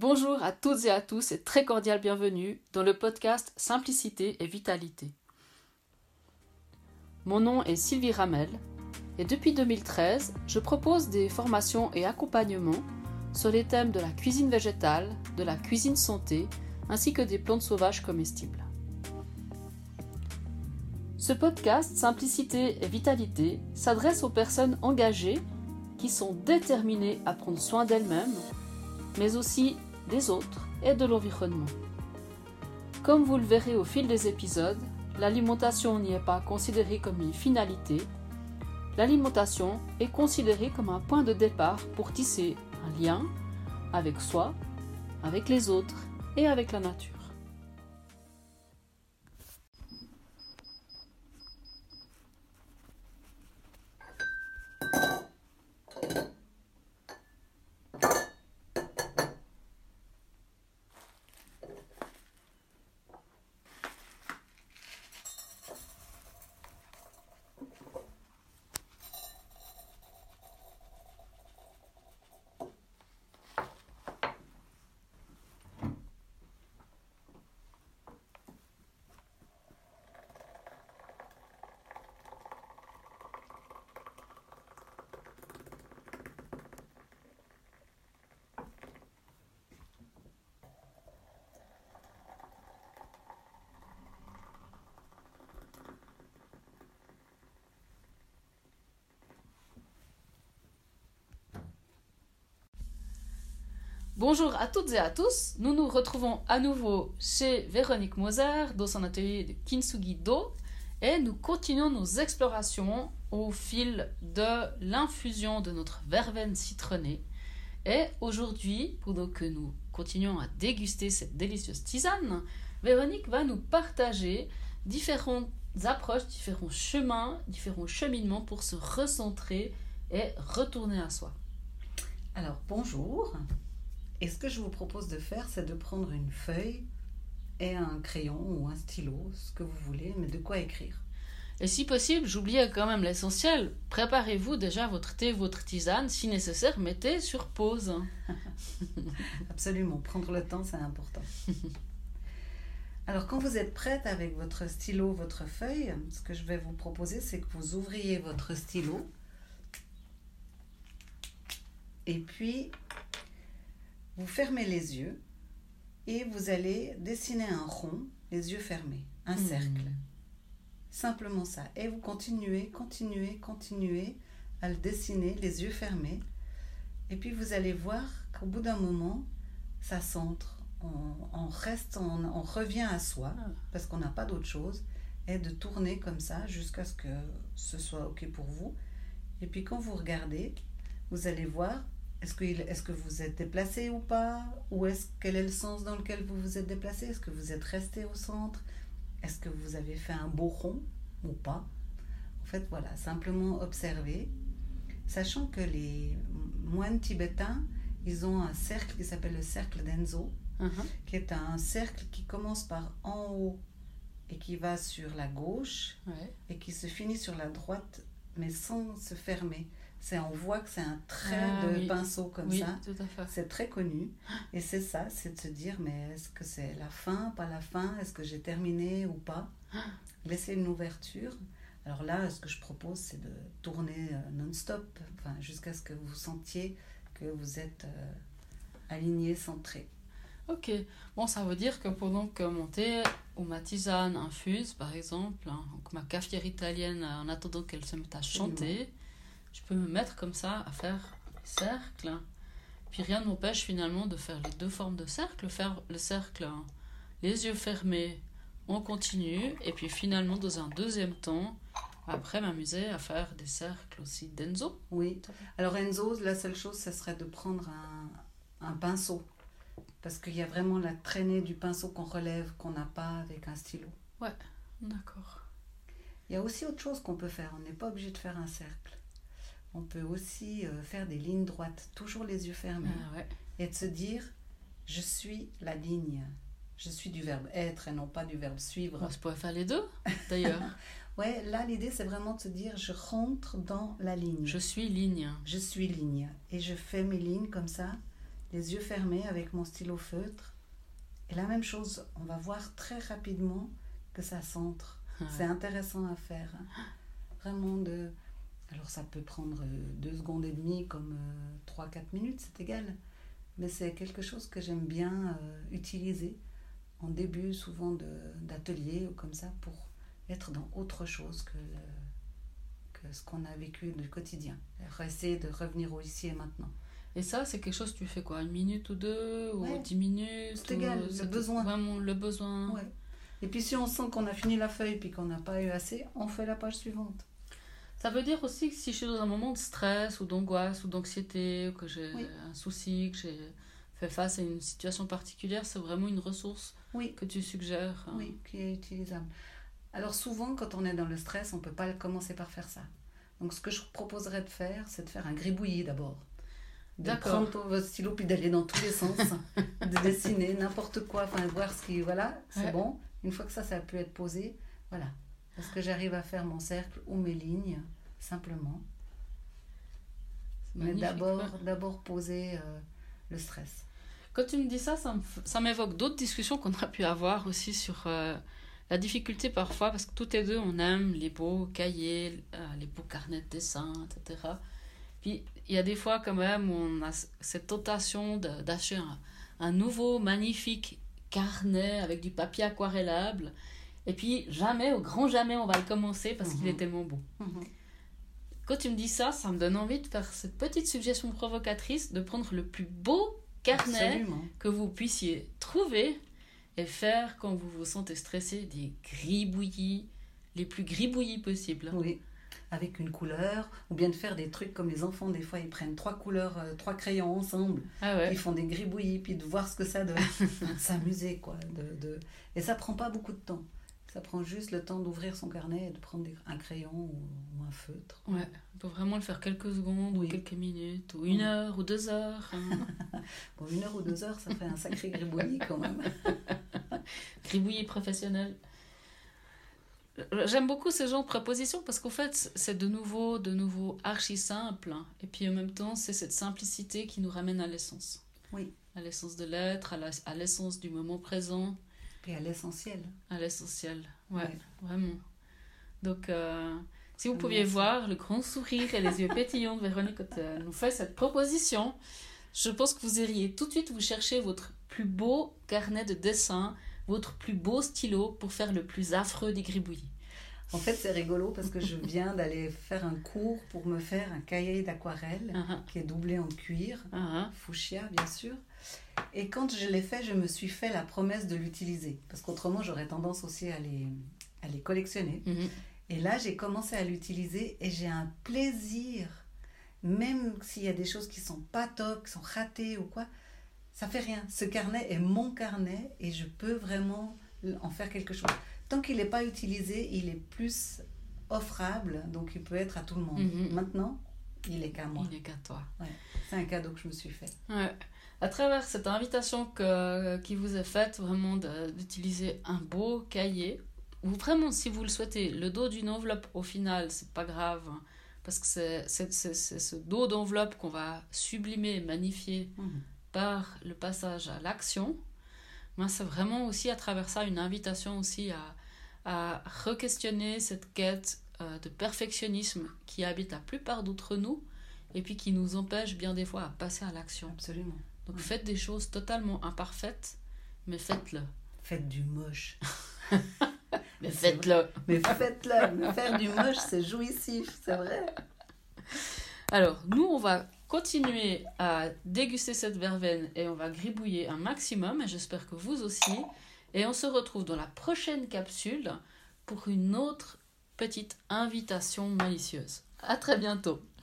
Bonjour à toutes et à tous et très cordial bienvenue dans le podcast Simplicité et Vitalité. Mon nom est Sylvie Ramel et depuis 2013, je propose des formations et accompagnements sur les thèmes de la cuisine végétale, de la cuisine santé ainsi que des plantes sauvages comestibles. Ce podcast Simplicité et Vitalité s'adresse aux personnes engagées qui sont déterminées à prendre soin d'elles-mêmes, mais aussi des autres et de l'environnement. Comme vous le verrez au fil des épisodes, l'alimentation n'y est pas considérée comme une finalité. L'alimentation est considérée comme un point de départ pour tisser un lien avec soi, avec les autres et avec la nature. Bonjour à toutes et à tous, nous nous retrouvons à nouveau chez Véronique Moser dans son atelier de Kintsugi Do et nous continuons nos explorations au fil de l'infusion de notre verveine citronnée. Et aujourd'hui, pendant que nous continuons à déguster cette délicieuse tisane, Véronique va nous partager différentes approches, différents chemins, différents cheminements pour se recentrer et retourner à soi. Alors bonjour. Et ce que je vous propose de faire, c'est de prendre une feuille et un crayon ou un stylo, ce que vous voulez, mais de quoi écrire. Et si possible, j'oubliais quand même l'essentiel, préparez-vous déjà votre thé, votre tisane, si nécessaire, mettez sur pause. Absolument, prendre le temps, c'est important. Alors quand vous êtes prête avec votre stylo, votre feuille, ce que je vais vous proposer, c'est que vous ouvriez votre stylo et puis vous fermez les yeux et vous allez dessiner un rond, les yeux fermés, un cercle. Simplement ça. Et vous continuez à le dessiner, les yeux fermés. Et puis vous allez voir qu'au bout d'un moment, ça centre. On revient à soi, parce qu'on n'a pas d'autre chose, et de tourner comme ça jusqu'à ce que ce soit OK pour vous. Et puis quand vous regardez, vous allez voir est-ce que vous êtes déplacé ou pas? Ou quel est le sens dans lequel vous vous êtes déplacé? Est-ce que vous êtes resté au centre? Est-ce que vous avez fait un beau rond ou pas? En fait, voilà, simplement observer, sachant que les moines tibétains, ils ont un cercle qui s'appelle le cercle d'Enzo, qui est un cercle qui commence par en haut et qui va sur la gauche et qui se finit sur la droite, mais sans se fermer. On voit que c'est un trait de pinceau comme ça. Tout à fait. C'est très connu. Et c'est ça, c'est de se dire, mais est-ce que c'est la fin, pas la fin? Est-ce que j'ai terminé ou pas? Laisser une ouverture. Alors là, ce que je propose, c'est de tourner non-stop, jusqu'à ce que vous sentiez que vous êtes aligné, centré. Ok. Bon, ça veut dire que pendant que mon thé ou ma tisane infuse, par exemple, donc ma cafetière italienne, en attendant qu'elle se mette à chanter, je peux me mettre comme ça à faire des cercles. Puis rien ne m'empêche finalement de faire les deux formes de cercle. Faire le cercle, les yeux fermés, on continue. Et puis finalement, dans un deuxième temps, après m'amuser à faire des cercles aussi d'Enzo. Oui. Alors Enzo, la seule chose, ça serait de prendre un pinceau. Parce qu'il y a vraiment la traînée du pinceau qu'on relève, qu'on n'a pas avec un stylo. Ouais, d'accord. Il y a aussi autre chose qu'on peut faire. On n'est pas obligé de faire un cercle. On peut aussi faire des lignes droites, toujours les yeux fermés, et de se dire, je suis la ligne. Je suis du verbe être et non pas du verbe suivre. On pourrait faire les deux, d'ailleurs. Ouais, là, l'idée, c'est vraiment de se dire, je rentre dans la ligne. Je suis ligne. Je suis ligne. Et je fais mes lignes comme ça. les yeux fermés avec mon stylo feutre. Et la même chose, on va voir très rapidement que ça centre. C'est intéressant à faire. Vraiment de... Alors ça peut prendre 2 secondes et demie comme 3-4 minutes, c'est égal. Mais c'est quelque chose que j'aime bien utiliser en début souvent d'atelier ou comme ça pour être dans autre chose que ce qu'on a vécu du quotidien. Essayer de revenir au ici et maintenant. Et ça, c'est quelque chose que tu fais quoi, 1 minute ou 2 ou 10 minutes? C'est égal, le besoin. Vraiment le besoin. Ouais. Et puis si on sent qu'on a fini la feuille puis qu'on n'a pas eu assez, on fait la page suivante. Ça veut dire aussi que si je suis dans un moment de stress ou d'angoisse ou d'anxiété, ou que j'ai un souci, que j'ai fait face à une situation particulière, c'est vraiment une ressource que tu suggères. Oui, qui est utilisable. Alors souvent, quand on est dans le stress, on ne peut pas commencer par faire ça. Donc ce que je proposerais de faire, c'est de faire un gribouillis d'abord. De prendre votre stylo puis d'aller dans tous les sens, de dessiner n'importe quoi, enfin voir ce qui... Voilà, c'est bon. Une fois que ça a pu être posé, voilà. Est-ce que j'arrive à faire mon cercle ou mes lignes, simplement. Mais d'abord poser le stress. Quand tu me dis ça, ça m'évoque d'autres discussions qu'on a pu avoir aussi sur la difficulté parfois, parce que toutes les deux, on aime les beaux cahiers, les beaux carnets de dessin, etc. Puis, il y a des fois quand même où on a cette tentation d'acheter un nouveau, magnifique carnet avec du papier aquarellable. Et puis, jamais, au grand jamais, on va le commencer parce qu'il est tellement beau. Quand tu me dis ça, ça me donne envie de faire cette petite suggestion provocatrice de prendre le plus beau carnet que vous puissiez trouver et faire, quand vous vous sentez stressé, des gribouillis, les plus gribouillis possibles. Oui, avec une couleur, ou bien de faire des trucs comme les enfants, des fois ils prennent 3 couleurs, 3 crayons ensemble, ils font des gribouillis, puis de voir ce que ça donne, s'amuser quoi. Et ça prend pas beaucoup de temps. Ça prend juste le temps d'ouvrir son carnet et de prendre un crayon ou un feutre. Ouais, on peut vraiment le faire quelques secondes ou quelques minutes, ou 1 heure ou 2 heures. Bon, 1 heure ou 2 heures, ça fait un sacré gribouillis quand même. Gribouillis professionnel. J'aime beaucoup ce genre de propositions parce qu'en fait, c'est de nouveau archi simple. Et puis en même temps, c'est cette simplicité qui nous ramène à l'essence. Oui. À l'essence de l'être, à l'essence du moment présent. Et à l'essentiel. À l'essentiel, ouais, vraiment. Donc, si vous pouviez voir le grand sourire et les yeux pétillants de Véronique quand elle nous fait cette proposition, je pense que vous iriez tout de suite vous chercher votre plus beau carnet de dessin, votre plus beau stylo pour faire le plus affreux des gribouillis. En fait, c'est rigolo parce que je viens d'aller faire un cours pour me faire un cahier d'aquarelle qui est doublé en cuir, fuchsia bien sûr. Et quand je l'ai fait, je me suis fait la promesse de l'utiliser. Parce qu'autrement, j'aurais tendance aussi à les collectionner. Et là, j'ai commencé à l'utiliser et j'ai un plaisir. Même s'il y a des choses qui ne sont pas top, qui sont ratées ou quoi, ça fait rien. Ce carnet est mon carnet et je peux vraiment en faire quelque chose. Tant qu'il n'est pas utilisé, il est plus offrable. Donc, il peut être à tout le monde. Maintenant, il est qu'à moi. Il est qu'à toi. Ouais. C'est un cadeau que je me suis fait. Ouais. À travers cette invitation qui vous est faite, vraiment d'utiliser un beau cahier, ou vraiment, si vous le souhaitez, le dos d'une enveloppe, au final, c'est pas grave, hein, parce que c'est ce dos d'enveloppe qu'on va sublimer, magnifier par le passage à l'action. Moi, c'est vraiment aussi à travers ça une invitation aussi à re-questionner cette quête de perfectionnisme qui habite la plupart d'entre nous et puis qui nous empêche bien des fois à passer à l'action. Absolument. Donc faites des choses totalement imparfaites, mais faites-le. Faites du moche. Mais faites-le. Mais faites-le. Mais faire du moche, c'est jouissif, c'est vrai. Alors, nous, on va continuer à déguster cette verveine et on va gribouiller un maximum, et j'espère que vous aussi. Et on se retrouve dans la prochaine capsule pour une autre petite invitation malicieuse. À très bientôt.